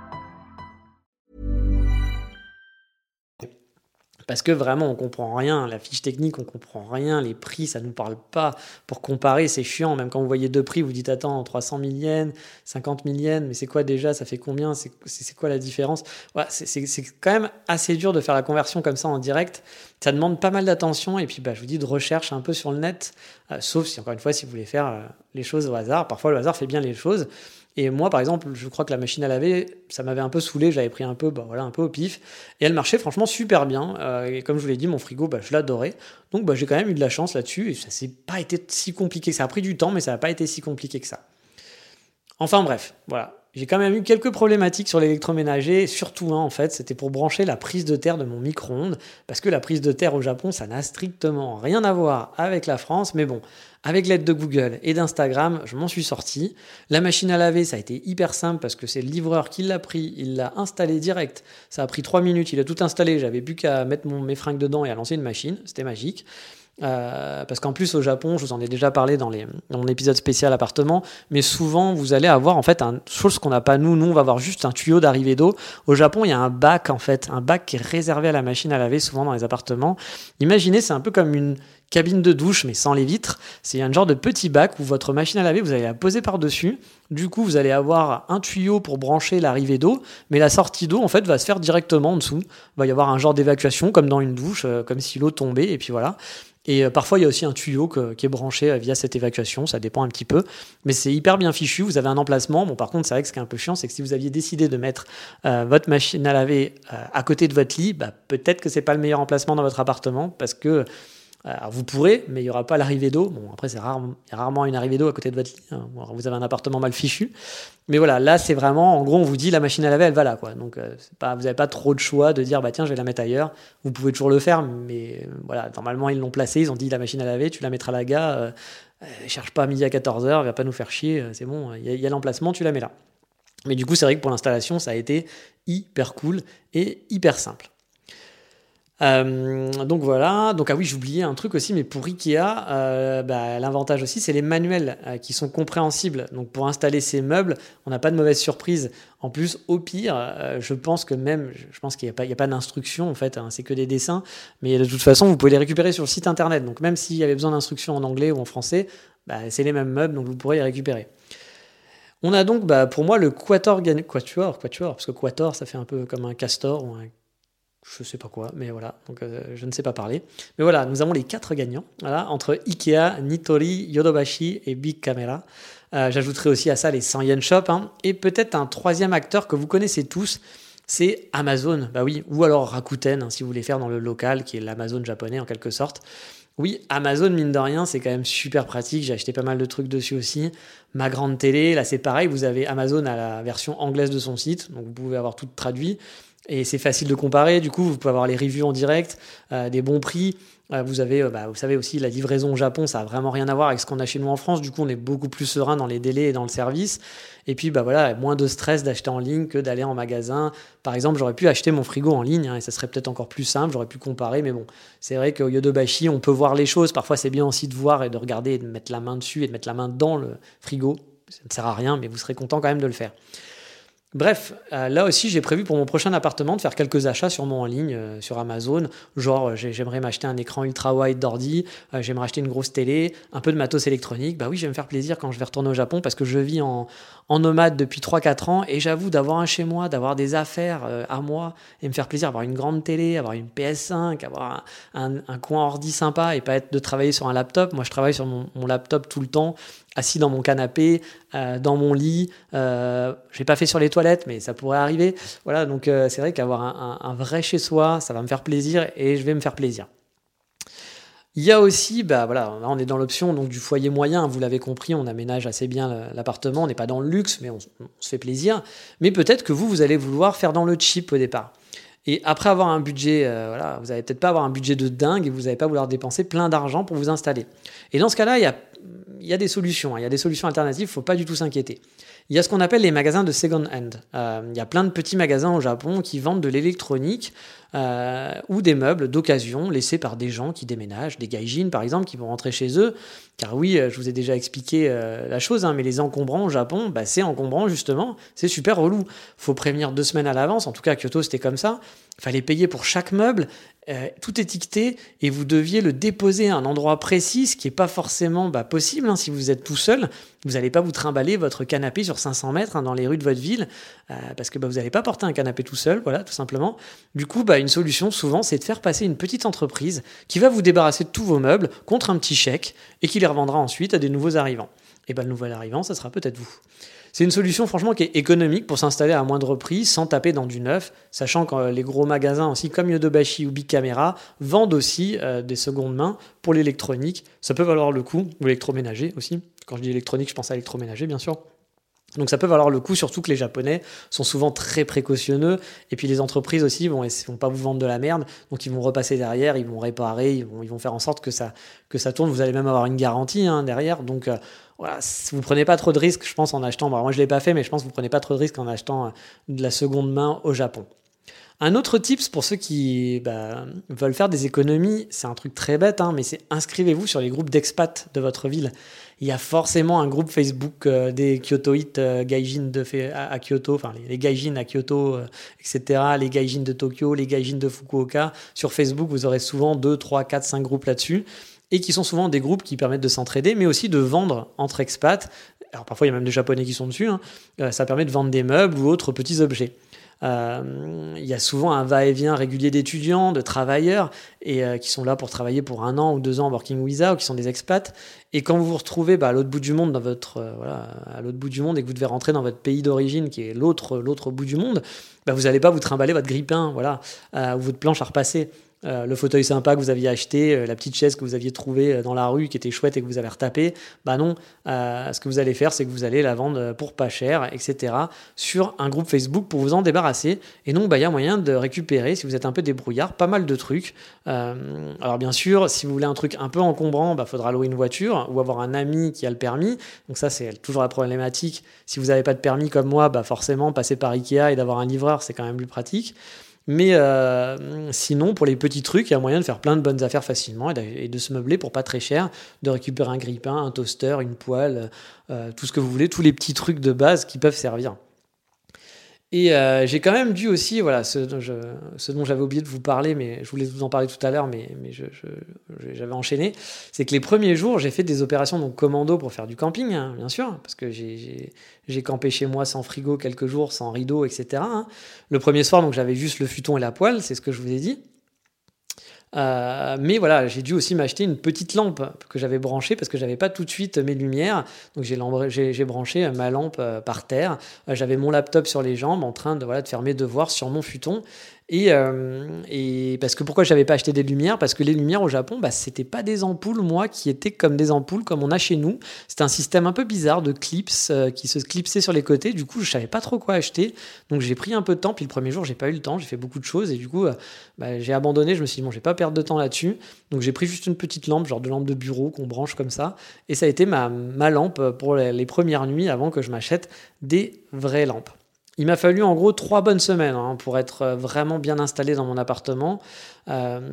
Speaker 1: Parce que vraiment, on comprend rien. La fiche technique, on comprend rien. Les prix, ça nous parle pas. Pour comparer, c'est chiant. Même quand vous voyez deux prix, vous dites, attends, 300 000 yens, 50 000 yens, mais c'est quoi déjà? Ça fait combien? C'est quoi la différence? C'est quand même assez dur de faire la conversion comme ça en direct. Ça demande pas mal d'attention. Et puis, je vous dis, de recherche un peu sur le net. Sauf si, encore une fois, si vous voulez faire les choses au hasard. Parfois, le hasard fait bien les choses. Et moi, par exemple, je crois que la machine à laver, ça m'avait un peu saoulé, je l'avais pris un peu au pif. Et elle marchait franchement super bien. Et comme je vous l'ai dit, mon frigo, je l'adorais. Donc j'ai quand même eu de la chance là-dessus. Et ça s'est pas été si compliqué. Ça a pris du temps, mais ça n'a pas été si compliqué que ça. Enfin bref, voilà. J'ai quand même eu quelques problématiques sur l'électroménager, surtout en fait, c'était pour brancher la prise de terre de mon micro-ondes, parce que la prise de terre au Japon, ça n'a strictement rien à voir avec la France, mais bon, avec l'aide de Google et d'Instagram, je m'en suis sorti. La machine à laver, ça a été hyper simple, parce que c'est le livreur qui l'a pris, il l'a installé direct, ça a pris 3 minutes, il a tout installé, j'avais plus qu'à mettre mes fringues dedans et à lancer une machine, c'était magique. Parce qu'en plus au Japon, je vous en ai déjà parlé dans mon épisode spécial appartement, mais souvent vous allez avoir en fait une chose qu'on n'a pas nous on va avoir juste un tuyau d'arrivée d'eau. Au Japon il y a un bac en fait, un bac qui est réservé à la machine à laver souvent dans les appartements. Imaginez, c'est un peu comme une cabine de douche mais sans les vitres. C'est un genre de petit bac où votre machine à laver, vous allez la poser par-dessus. Du coup, vous allez avoir un tuyau pour brancher l'arrivée d'eau, mais la sortie d'eau, en fait, va se faire directement en dessous. Il va y avoir un genre d'évacuation, comme dans une douche, comme si l'eau tombait, et puis voilà. Et parfois, il y a aussi un tuyau qui est branché via cette évacuation, ça dépend un petit peu. Mais c'est hyper bien fichu, vous avez un emplacement. Bon, par contre, c'est vrai que ce qui est un peu chiant, c'est que si vous aviez décidé de mettre votre machine à laver à côté de votre lit, peut-être que c'est pas le meilleur emplacement dans votre appartement, parce que alors vous pourrez, mais il n'y aura pas l'arrivée d'eau. Bon, après, il y a rarement une arrivée d'eau à côté de votre lit. Hein. Vous avez un appartement mal fichu. Mais voilà, là, c'est vraiment, en gros, on vous dit la machine à laver, elle va là, quoi. Donc, vous n'avez pas trop de choix de dire, tiens, je vais la mettre ailleurs. Vous pouvez toujours le faire, mais voilà, normalement, ils l'ont placée. Ils ont dit, la machine à laver, tu la mettras là, gars. Cherche pas à midi à 14h, viens pas nous faire chier. C'est bon, il y a l'emplacement, tu la mets là. Mais du coup, c'est vrai que pour l'installation, ça a été hyper cool et hyper simple. Donc voilà, donc oui, j'oubliais un truc aussi, mais pour Ikea, l'avantage aussi, c'est les manuels qui sont compréhensibles. Donc pour installer ces meubles, on n'a pas de mauvaise surprise. En plus, au pire, je pense qu'il n'y a pas d'instruction en fait, hein, c'est que des dessins, mais de toute façon, vous pouvez les récupérer sur le site internet. Donc même s'il y avait besoin d'instructions en anglais ou en français, c'est les mêmes meubles, donc vous pourrez les récupérer. On a donc, pour moi, le Quatuor, parce que Quatuor, ça fait un peu comme un castor ou un je sais pas quoi, mais voilà, donc je ne sais pas parler. Mais voilà, nous avons les 4 gagnants, voilà, entre Ikea, Nitori, Yodobashi et Big Camera. J'ajouterai aussi à ça les 100 Yen Shop, hein, et peut-être un troisième acteur que vous connaissez tous, c'est Amazon, oui, ou alors Rakuten, hein, si vous voulez faire dans le local, qui est l'Amazon japonais en quelque sorte. Oui, Amazon, mine de rien, c'est quand même super pratique. J'ai acheté pas mal de trucs dessus aussi. Ma grande télé, là c'est pareil, vous avez Amazon à la version anglaise de son site, donc vous pouvez avoir tout traduit. Et c'est facile de comparer, du coup, vous pouvez avoir les reviews en direct, des bons prix. Vous avez, vous savez aussi, la livraison au Japon, ça n'a vraiment rien à voir avec ce qu'on a chez nous en France. Du coup, on est beaucoup plus serein dans les délais et dans le service. Et puis, voilà, moins de stress d'acheter en ligne que d'aller en magasin. Par exemple, j'aurais pu acheter mon frigo en ligne, hein, et ça serait peut-être encore plus simple. J'aurais pu comparer, mais bon, c'est vrai qu'au Yodobashi, on peut voir les choses. Parfois, c'est bien aussi de voir et de regarder et de mettre la main dessus et de mettre la main dans le frigo. Ça ne sert à rien, mais vous serez content quand même de le faire. Bref, là aussi j'ai prévu pour mon prochain appartement de faire quelques achats sûrement en ligne sur Amazon, genre j'aimerais m'acheter un écran ultra wide d'ordi, j'aimerais acheter une grosse télé, un peu de matos électronique. Oui, je vais me faire plaisir quand je vais retourner au Japon parce que je vis en nomade depuis 3-4 ans et j'avoue d'avoir un chez moi, d'avoir des affaires à moi et me faire plaisir, avoir une grande télé, avoir une PS5, avoir un coin ordi sympa et pas être de travailler sur un laptop. Moi je travaille sur mon laptop tout le temps, assis dans mon canapé, dans mon lit. J'ai pas fait sur les toilettes, mais ça pourrait arriver. Voilà, donc c'est vrai qu'avoir un vrai chez soi, ça va me faire plaisir et je vais me faire plaisir. Il y a aussi, voilà, on est dans l'option donc, du foyer moyen, vous l'avez compris, on aménage assez bien l'appartement, on n'est pas dans le luxe, mais on se fait plaisir. Mais peut-être que vous allez vouloir faire dans le cheap au départ. Et après avoir un budget, vous n'allez peut-être pas avoir un budget de dingue et vous n'allez pas vouloir dépenser plein d'argent pour vous installer. Et dans ce cas-là, il y a des solutions, il y a des solutions alternatives, il ne faut pas du tout s'inquiéter. Il y a ce qu'on appelle les magasins de second hand. Il y a plein de petits magasins au Japon qui vendent de l'électronique ou des meubles d'occasion laissés par des gens qui déménagent, des gaijins par exemple, qui vont rentrer chez eux. Car oui, je vous ai déjà expliqué la chose, mais les encombrants au Japon, c'est encombrant justement, c'est super relou. Faut prévenir 2 semaines à l'avance, en tout cas à Kyoto c'était comme ça. Il fallait payer pour chaque meuble, tout étiqueté, et vous deviez le déposer à un endroit précis, ce qui n'est pas forcément possible si vous êtes tout seul. Vous n'allez pas vous trimballer votre canapé sur 500 mètres dans les rues de votre ville, parce que vous n'allez pas porter un canapé tout seul, voilà, tout simplement. Du coup, une solution, souvent, c'est de faire passer une petite entreprise qui va vous débarrasser de tous vos meubles contre un petit chèque et qui les revendra ensuite à des nouveaux arrivants. Et le nouvel arrivant, ça sera peut-être vous. C'est une solution franchement qui est économique pour s'installer à moindre prix sans taper dans du neuf, sachant que les gros magasins aussi comme Yodobashi ou Big Camera vendent aussi des secondes mains pour l'électronique. Ça peut valoir le coup, ou l'électroménager aussi. Quand je dis électronique, je pense à électroménager bien sûr. Donc ça peut valoir le coup, surtout que les Japonais sont souvent très précautionneux, et puis les entreprises aussi vont pas vous vendre de la merde, donc ils vont repasser derrière, ils vont réparer, ils vont faire en sorte que ça tourne. Vous allez même avoir une garantie derrière, donc voilà, vous prenez pas trop de risques, je pense, en achetant. Moi je l'ai pas fait, mais je pense que vous prenez pas trop de risques en achetant de la seconde main au Japon. Un autre tips pour ceux qui veulent faire des économies, c'est un truc très bête, mais c'est inscrivez-vous sur les groupes d'expats de votre ville. Il y a forcément un groupe Facebook des Kyotoites gaijin à Kyoto, enfin les gaijins à Kyoto, etc., les gaijins de Tokyo, les gaijins de Fukuoka. Sur Facebook, vous aurez souvent 2, 3, 4, 5 groupes là-dessus, et qui sont souvent des groupes qui permettent de s'entraider, mais aussi de vendre entre expats. Alors parfois, il y a même des Japonais qui sont dessus. Ça permet de vendre des meubles ou autres petits objets. Il y a souvent un va-et-vient régulier d'étudiants, de travailleurs, et qui sont là pour travailler pour 1 an ou 2 ans en working visa, ou qui sont des expats. Et quand vous vous retrouvez à l'autre bout du monde, à l'autre bout du monde, et que vous devez rentrer dans votre pays d'origine, qui est l'autre bout du monde, vous n'allez pas vous trimballer votre grille-pain, ou votre planche à repasser. Le fauteuil sympa que vous aviez acheté, la petite chaise que vous aviez trouvée dans la rue qui était chouette et que vous avez retapée, non, ce que vous allez faire, c'est que vous allez la vendre pour pas cher, etc. sur un groupe Facebook pour vous en débarrasser. Et donc, il y a moyen de récupérer, si vous êtes un peu débrouillard, pas mal de trucs. Alors bien sûr, si vous voulez un truc un peu encombrant, faudra louer une voiture ou avoir un ami qui a le permis. Donc ça, c'est toujours la problématique. Si vous n'avez pas de permis comme moi, forcément, passer par Ikea et d'avoir un livreur, c'est quand même plus pratique. Mais sinon, pour les petits trucs, il y a moyen de faire plein de bonnes affaires facilement et de se meubler pour pas très cher, de récupérer un grille-pain, un toaster, une poêle, tout ce que vous voulez, tous les petits trucs de base qui peuvent servir. Et j'ai quand même dû aussi, ce dont j'avais oublié de vous parler, mais je voulais vous en parler tout à l'heure, mais j'avais enchaîné, c'est que les premiers jours, j'ai fait des opérations donc commando pour faire du camping, bien sûr, parce que j'ai campé chez moi sans frigo quelques jours, sans rideau, etc. Le premier soir, donc j'avais juste le futon et la poêle, c'est ce que je vous ai dit. Mais j'ai dû aussi m'acheter une petite lampe que j'avais branchée parce que j'avais pas tout de suite mes lumières, donc j'ai branché ma lampe par terre, j'avais mon laptop sur les jambes en train de faire mes devoirs sur mon futon. Et parce que pourquoi j'avais pas acheté des lumières? Parce que les lumières au Japon, c'était pas des ampoules, qui étaient comme des ampoules comme on a chez nous. C'était un système un peu bizarre de clips qui se clipsaient sur les côtés. Du coup, je savais pas trop quoi acheter. Donc j'ai pris un peu de temps. Puis le premier jour, j'ai pas eu le temps. J'ai fait beaucoup de choses et du coup, j'ai abandonné. Je me suis dit je vais pas perdre de temps là-dessus. Donc j'ai pris juste une petite lampe, genre de lampe de bureau qu'on branche comme ça. Et ça a été ma lampe pour les premières nuits avant que je m'achète des vraies lampes. Il m'a fallu en gros 3 bonnes semaines pour être vraiment bien installé dans mon appartement. Vous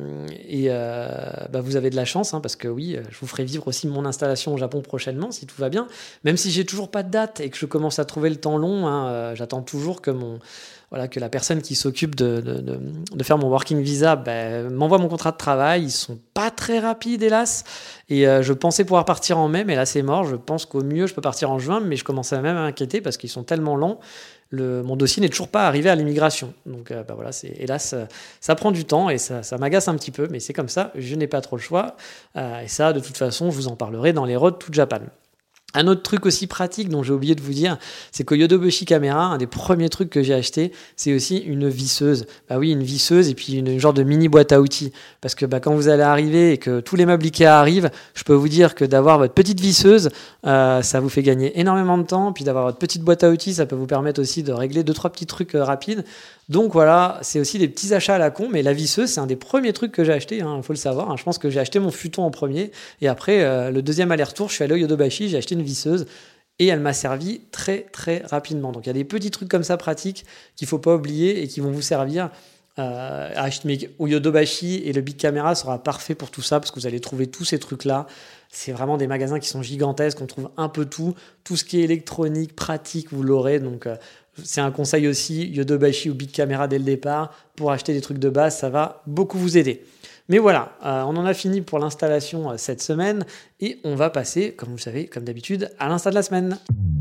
Speaker 1: avez de la chance parce que oui, je vous ferai vivre aussi mon installation au Japon prochainement si tout va bien. Même si j'ai toujours pas de date et que je commence à trouver le temps long, j'attends toujours que que la personne qui s'occupe de faire mon working visa m'envoie mon contrat de travail. Ils sont pas très rapides, hélas. Et je pensais pouvoir partir en mai, mais là c'est mort. Je pense qu'au mieux je peux partir en juin, mais je commençais même à m'inquiéter parce qu'ils sont tellement lents. Mon dossier n'est toujours pas arrivé à l'immigration. Donc hélas, ça prend du temps et ça m'agace un petit peu, mais c'est comme ça, je n'ai pas trop le choix. Et ça, de toute façon, je vous en parlerai dans les Road to Japan. Un autre truc aussi pratique dont j'ai oublié de vous dire, c'est que Yodobashi Camera, un des premiers trucs que j'ai acheté, c'est aussi une visseuse. Oui, une visseuse et puis une genre de mini boîte à outils. Parce que quand vous allez arriver et que tous les meubles Ikea arrivent, je peux vous dire que d'avoir votre petite visseuse, ça vous fait gagner énormément de temps. Puis d'avoir votre petite boîte à outils, ça peut vous permettre aussi de régler 2-3 petits trucs rapides. Donc voilà, c'est aussi des petits achats à la con, mais la visseuse, c'est un des premiers trucs que j'ai acheté, faut le savoir. Je pense que j'ai acheté mon futon en premier, et après, le deuxième aller-retour, je suis allé au Yodobashi, j'ai acheté une visseuse, et elle m'a servi très très rapidement. Donc il y a des petits trucs comme ça pratiques qu'il ne faut pas oublier et qui vont vous servir. Au Yodobashi, et le Big Camera sera parfait pour tout ça, parce que vous allez trouver tous ces trucs-là. C'est vraiment des magasins qui sont gigantesques, on trouve un peu tout ce qui est électronique, pratique, vous l'aurez, donc c'est un conseil aussi, Yodobashi ou Big Camera dès le départ, pour acheter des trucs de base, ça va beaucoup vous aider. Mais voilà, on en a fini pour l'installation cette semaine, et on va passer, comme vous le savez, comme d'habitude, à l'insta de la semaine.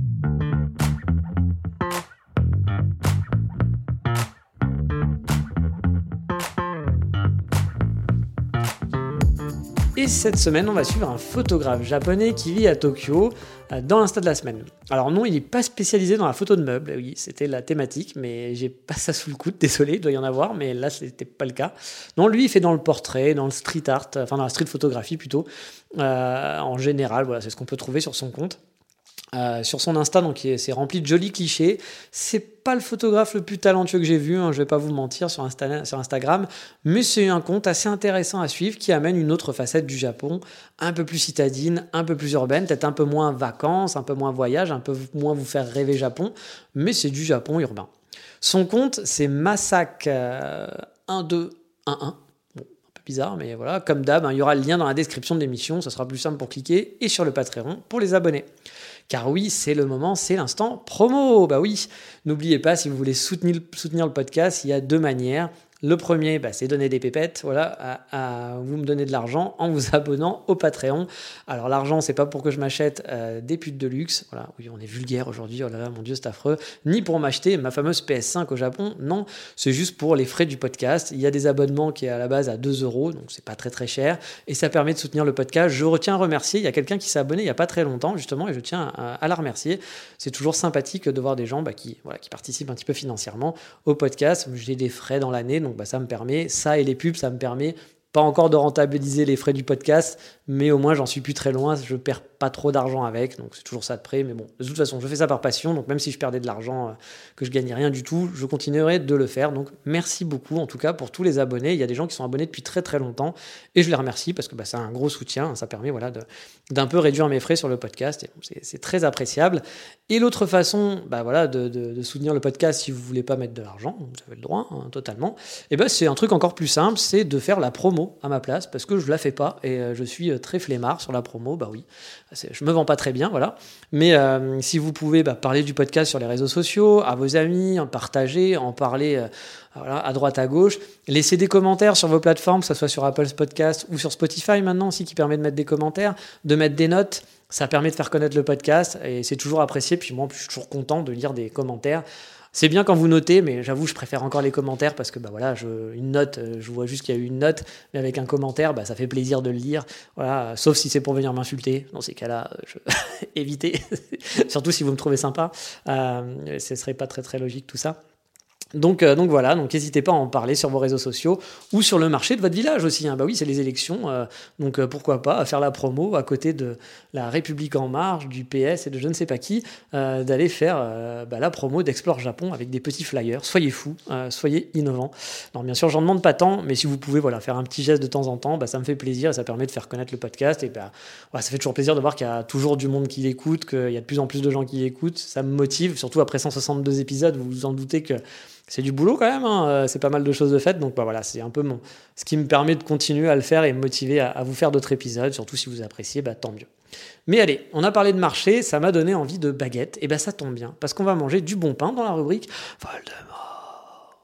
Speaker 1: Et cette semaine, on va suivre un photographe japonais qui vit à Tokyo dans l'insta de la semaine. Alors non, il n'est pas spécialisé dans la photo de meubles, oui, c'était la thématique, mais j'ai pas ça sous le coude, désolé, il doit y en avoir, mais là, c'était pas le cas. Non, lui, il fait dans le portrait, dans le street art, enfin dans la street photographie plutôt, en général, c'est ce qu'on peut trouver sur son compte. Sur son Insta, donc c'est rempli de jolis clichés. C'est pas le photographe le plus talentueux que j'ai vu, je vais pas vous mentir, sur Instagram, mais c'est un compte assez intéressant à suivre qui amène une autre facette du Japon, un peu plus citadine, un peu plus urbaine, peut-être un peu moins vacances, un peu moins voyage, un peu moins vous faire rêver Japon, mais c'est du Japon urbain. Son compte, c'est Massac 1211. Bizarre, mais voilà, comme d'hab, il y aura le lien dans la description de l'émission, ça sera plus simple pour cliquer, et sur le Patreon pour les abonnés. Car oui, c'est le moment, c'est l'instant promo. Bah oui, n'oubliez pas, si vous voulez soutenir le podcast, il y a 2 manières. Le premier, c'est donner des pépettes, voilà, vous me donnez de l'argent en vous abonnant au Patreon. Alors l'argent, c'est pas pour que je m'achète des putes de luxe, voilà, oui, on est vulgaire aujourd'hui, oh là là, mon Dieu, c'est affreux, ni pour m'acheter ma fameuse PS5 au Japon, non, c'est juste pour les frais du podcast. Il y a des abonnements qui est à la base à 2 €, donc c'est pas très très cher, et ça permet de soutenir le podcast. Je retiens à remercier, il y a quelqu'un qui s'est abonné il y a pas très longtemps, justement, et je tiens à la remercier. C'est toujours sympathique de voir des gens qui participent un petit peu financièrement au podcast. J'ai des frais dans l'année, donc ça me permet, ça et les pubs, ça me permet pas encore de rentabiliser les frais du podcast, mais au moins j'en suis plus très loin, je perds pas trop d'argent avec, donc c'est toujours ça de près, mais bon, de toute façon, je fais ça par passion, donc même si je perdais de l'argent, que je gagnais rien du tout, je continuerai de le faire, donc merci beaucoup en tout cas pour tous les abonnés. Il y a des gens qui sont abonnés depuis très très longtemps, et je les remercie parce que c'est un gros soutien, ça permet d'un peu réduire mes frais sur le podcast, et c'est très appréciable. Et l'autre façon de soutenir le podcast, si vous voulez pas mettre de l'argent, vous avez le droit, totalement, et c'est un truc encore plus simple, c'est de faire la promo à ma place, parce que je la fais pas, et je suis très flemmard sur la promo, oui, je me vends pas très bien, voilà, mais si vous pouvez parler du podcast sur les réseaux sociaux, à vos amis, en partager, en parler à droite à gauche, laissez des commentaires sur vos plateformes, que ce soit sur Apple Podcast ou sur Spotify maintenant aussi, qui permet de mettre des commentaires, de mettre des notes, ça permet de faire connaître le podcast, et c'est toujours apprécié, puis moi je suis toujours content de lire des commentaires. C'est bien quand vous notez, mais j'avoue, je préfère encore les commentaires parce que une note, je vois juste qu'il y a eu une note, mais avec un commentaire, ça fait plaisir de le lire. Voilà, sauf si c'est pour venir m'insulter. Dans ces cas-là, évitez. Surtout si vous me trouvez sympa. Ce serait pas très très logique tout ça. Donc voilà, n'hésitez pas à en parler sur vos réseaux sociaux ou sur le marché de votre village aussi. Oui, c'est les élections, donc pourquoi pas à faire la promo à côté de la République en marche, du PS et de je ne sais pas qui, d'aller faire la promo d'Explore Japon avec des petits flyers. Soyez fous, soyez innovants. Non, bien sûr, j'en demande pas tant, mais si vous pouvez faire un petit geste de temps en temps, ça me fait plaisir et ça permet de faire connaître le podcast. Et ça fait toujours plaisir de voir qu'il y a toujours du monde qui l'écoute, qu'il y a de plus en plus de gens qui l'écoutent. Ça me motive, surtout après 162 épisodes, vous vous en doutez que c'est du boulot quand même, c'est pas mal de choses de faites, donc c'est un peu ce qui me permet de continuer à le faire et me motiver à vous faire d'autres épisodes, surtout si vous appréciez, tant mieux. Mais allez, on a parlé de marché, ça m'a donné envie de baguette, et ça tombe bien, parce qu'on va manger du bon pain dans la rubrique Voldemort.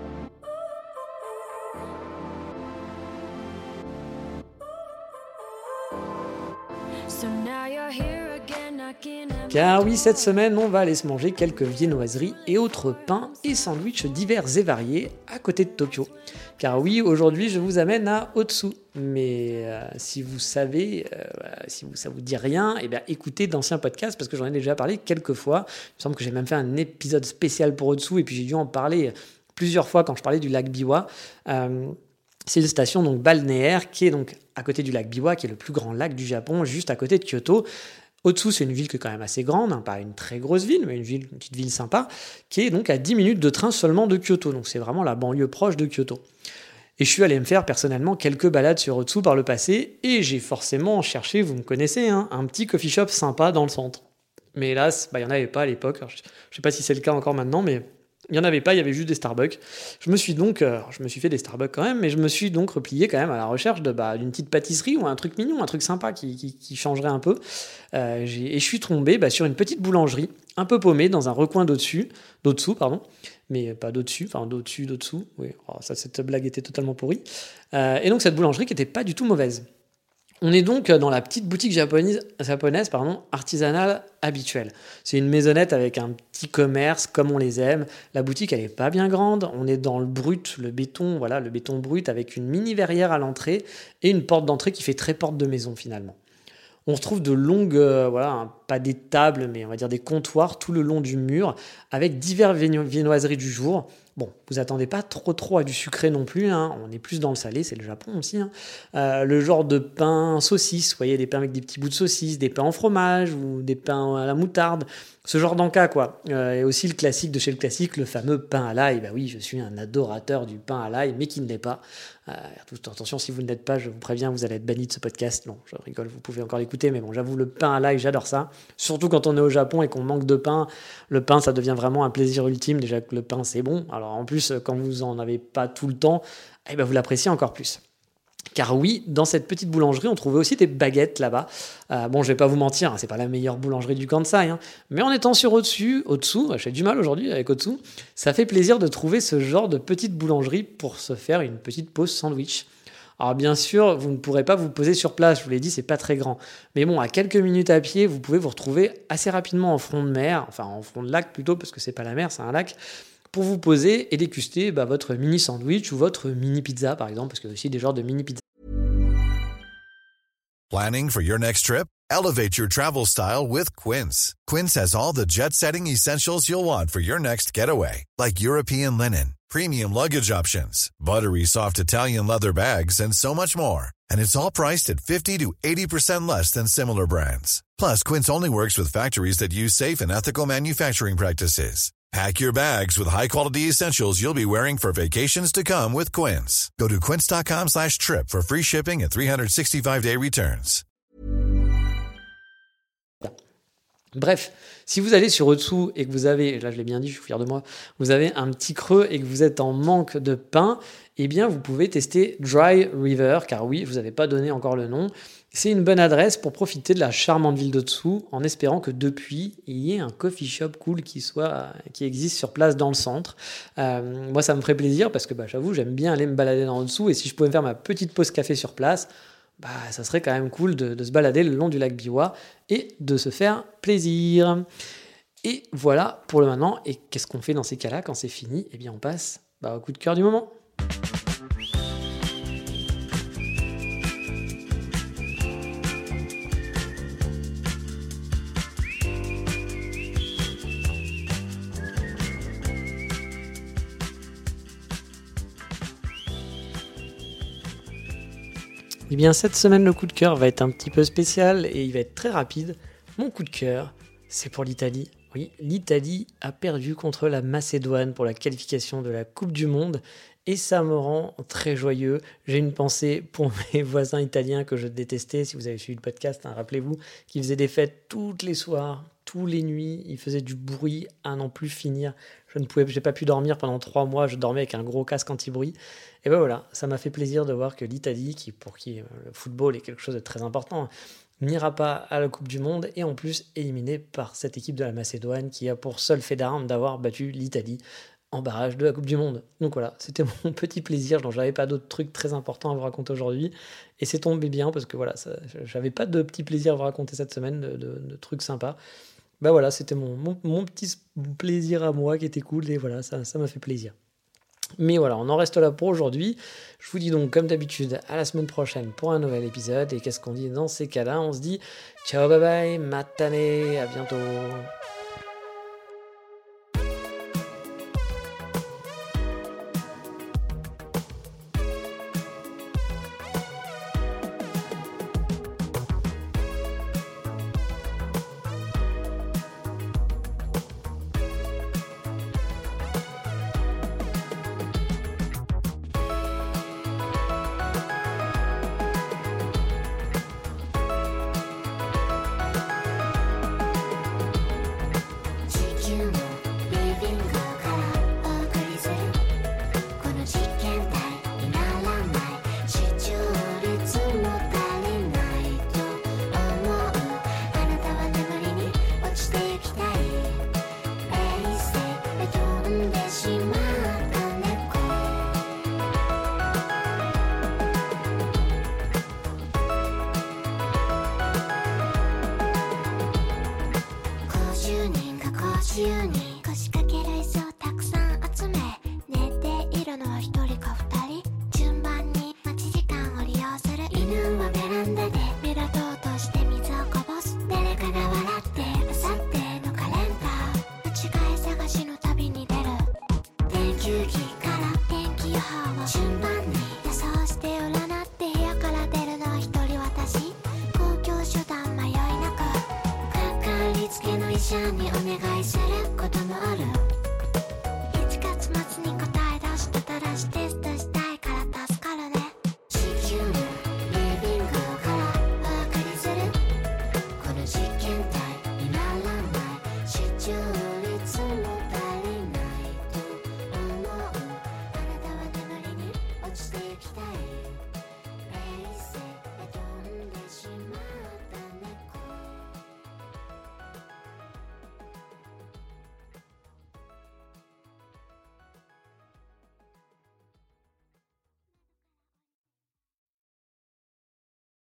Speaker 1: Car oui, cette semaine, on va aller se manger quelques viennoiseries et autres pains et sandwichs divers et variés à côté de Tokyo. Car oui, aujourd'hui, je vous amène à Otsu. Mais si vous savez, si ça vous dit rien, écoutez d'anciens podcasts parce que j'en ai déjà parlé quelques fois. Il me semble que j'ai même fait un épisode spécial pour Otsu et puis j'ai dû en parler plusieurs fois quand je parlais du lac Biwa. C'est une station balnéaire qui est à côté du lac Biwa, qui est le plus grand lac du Japon, juste à côté de Kyoto. Otsu, c'est une ville qui est quand même assez grande, pas une très grosse ville, mais une petite ville sympa, qui est à 10 minutes de train seulement de Kyoto. Donc c'est vraiment la banlieue proche de Kyoto. Et je suis allé me faire personnellement quelques balades sur Otsu par le passé, et j'ai forcément cherché, vous me connaissez, un petit coffee shop sympa dans le centre. Mais hélas, il n'y en avait pas à l'époque. Alors, je ne sais pas si c'est le cas encore maintenant, mais il n'y en avait pas, il y avait juste des Starbucks. Je me suis fait des Starbucks quand même, mais je me suis donc replié quand même à la recherche d'une petite pâtisserie ou un truc mignon, un truc sympa qui changerait un peu. Et je suis tombé sur une petite boulangerie, un peu paumée, dans un recoin d'Otsu, mais pas d'au-dessus, enfin d'au-dessous. Oui, cette blague était totalement pourrie. Et donc cette boulangerie qui n'était pas du tout mauvaise. On est donc dans la petite boutique japonaise artisanale habituelle. C'est une maisonnette avec un petit commerce comme on les aime. La boutique, elle est pas bien grande. On est dans le brut, le béton brut avec une mini verrière à l'entrée et une porte d'entrée qui fait très porte de maison finalement. On retrouve de longues, pas des tables, mais on va dire des comptoirs tout le long du mur avec diverses viennoiseries du jour. Bon, vous attendez pas trop à du sucré non plus, hein. On est plus dans le salé, c'est le Japon aussi, hein. Le genre de pain saucisse, vous voyez, des pains avec des petits bouts de saucisse, des pains en fromage ou des pains à la moutarde, ce genre d'encas, quoi. Et aussi le classique de chez le classique, le fameux pain à l'ail. Bah oui, je suis un adorateur du pain à l'ail, mais qui ne l'est pas. Attention, si vous ne l'êtes pas, je vous préviens, vous allez être banni de ce podcast. Non, je rigole, vous pouvez encore l'écouter, mais bon, j'avoue, le pain à l'ail, j'adore ça. Surtout quand on est au Japon et qu'on manque de pain. Le pain, ça devient vraiment un plaisir ultime. Déjà que le pain, c'est bon. Alors en plus, quand vous en avez pas tout le temps, eh ben, vous l'appréciez encore plus. Car oui, dans cette petite boulangerie, on trouvait aussi des baguettes là-bas. Bon, je vais pas vous mentir, hein, c'est pas la meilleure boulangerie du Kansai, hein, mais en étant sur au-dessous, j'ai du mal aujourd'hui avec au-dessous, ça fait plaisir de trouver ce genre de petite boulangerie pour se faire une petite pause sandwich. Alors bien sûr, vous ne pourrez pas vous poser sur place, je vous l'ai dit, c'est pas très grand. Mais bon, à quelques minutes à pied, vous pouvez vous retrouver assez rapidement en front de mer, enfin en front de lac plutôt, parce que c'est pas la mer, c'est un lac, pour vous poser et déguster votre mini sandwich ou votre mini pizza par exemple, parce qu'il y a aussi des genres de mini pizza.
Speaker 4: Planning for your next trip? Elevate your travel style with Quince. Quince has all the jet-setting essentials you'll want for your next getaway, like European linen, premium luggage options, buttery soft Italian leather bags, and so much more. And it's all priced at 50 to 80% less than similar brands. Plus, Quince only works with factories that use safe and ethical manufacturing practices. Pack your bags with high-quality essentials you'll be wearing for vacations to come with Quince. Go to quince.com/trip for free shipping and 365-day returns.
Speaker 1: Bref, si vous allez sur Otsu et que vous avez, là je l'ai bien dit, je suis fier de moi, vous avez un petit creux et que vous êtes en manque de pain, eh bien vous pouvez tester Dry River, car oui, je vous avais pas donné encore le nom. C'est une bonne adresse pour profiter de la charmante ville d'Otsu, en espérant que depuis, il y ait un coffee shop cool qui existe sur place dans le centre. Moi, ça me ferait plaisir parce que j'avoue, j'aime bien aller me balader dans Otsu, et si je pouvais me faire ma petite pause café sur place, ça serait quand même cool de se balader le long du lac Biwa et de se faire plaisir. Et voilà pour le maintenant. Et qu'est-ce qu'on fait dans ces cas-là quand c'est fini ? Eh bien, on passe au coup de cœur du moment. Eh bien, cette semaine, le coup de cœur va être un petit peu spécial et il va être très rapide. Mon coup de cœur, c'est pour l'Italie. Oui, l'Italie a perdu contre la Macédoine pour la qualification de la Coupe du Monde et ça me rend très joyeux. J'ai une pensée pour mes voisins italiens que je détestais. Si vous avez suivi le podcast, rappelez-vous qu'ils faisaient des fêtes toutes les soirs, toutes les nuits. Ils faisaient du bruit à n'en plus finir. J'ai pas pu dormir pendant 3 mois. Je dormais avec un gros casque anti-bruit. Et voilà, ça m'a fait plaisir de voir que l'Italie, pour qui le football est quelque chose de très important, n'ira pas à la Coupe du Monde et en plus éliminée par cette équipe de la Macédoine qui a pour seul fait d'armes d'avoir battu l'Italie en barrage de la Coupe du Monde. Donc voilà, c'était mon petit plaisir, dont j'avais pas d'autres trucs très importants à vous raconter aujourd'hui et c'est tombé bien parce que voilà, j'avais pas de petits plaisirs à vous raconter cette semaine, de trucs sympas. Voilà, c'était mon petit plaisir à moi qui était cool et voilà, ça m'a fait plaisir. Mais voilà, on en reste là pour aujourd'hui. Je vous dis donc, comme d'habitude, à la semaine prochaine pour un nouvel épisode. Et qu'est-ce qu'on dit dans ces cas-là ? On se dit ciao, bye bye, matane, à bientôt.
Speaker 5: 車に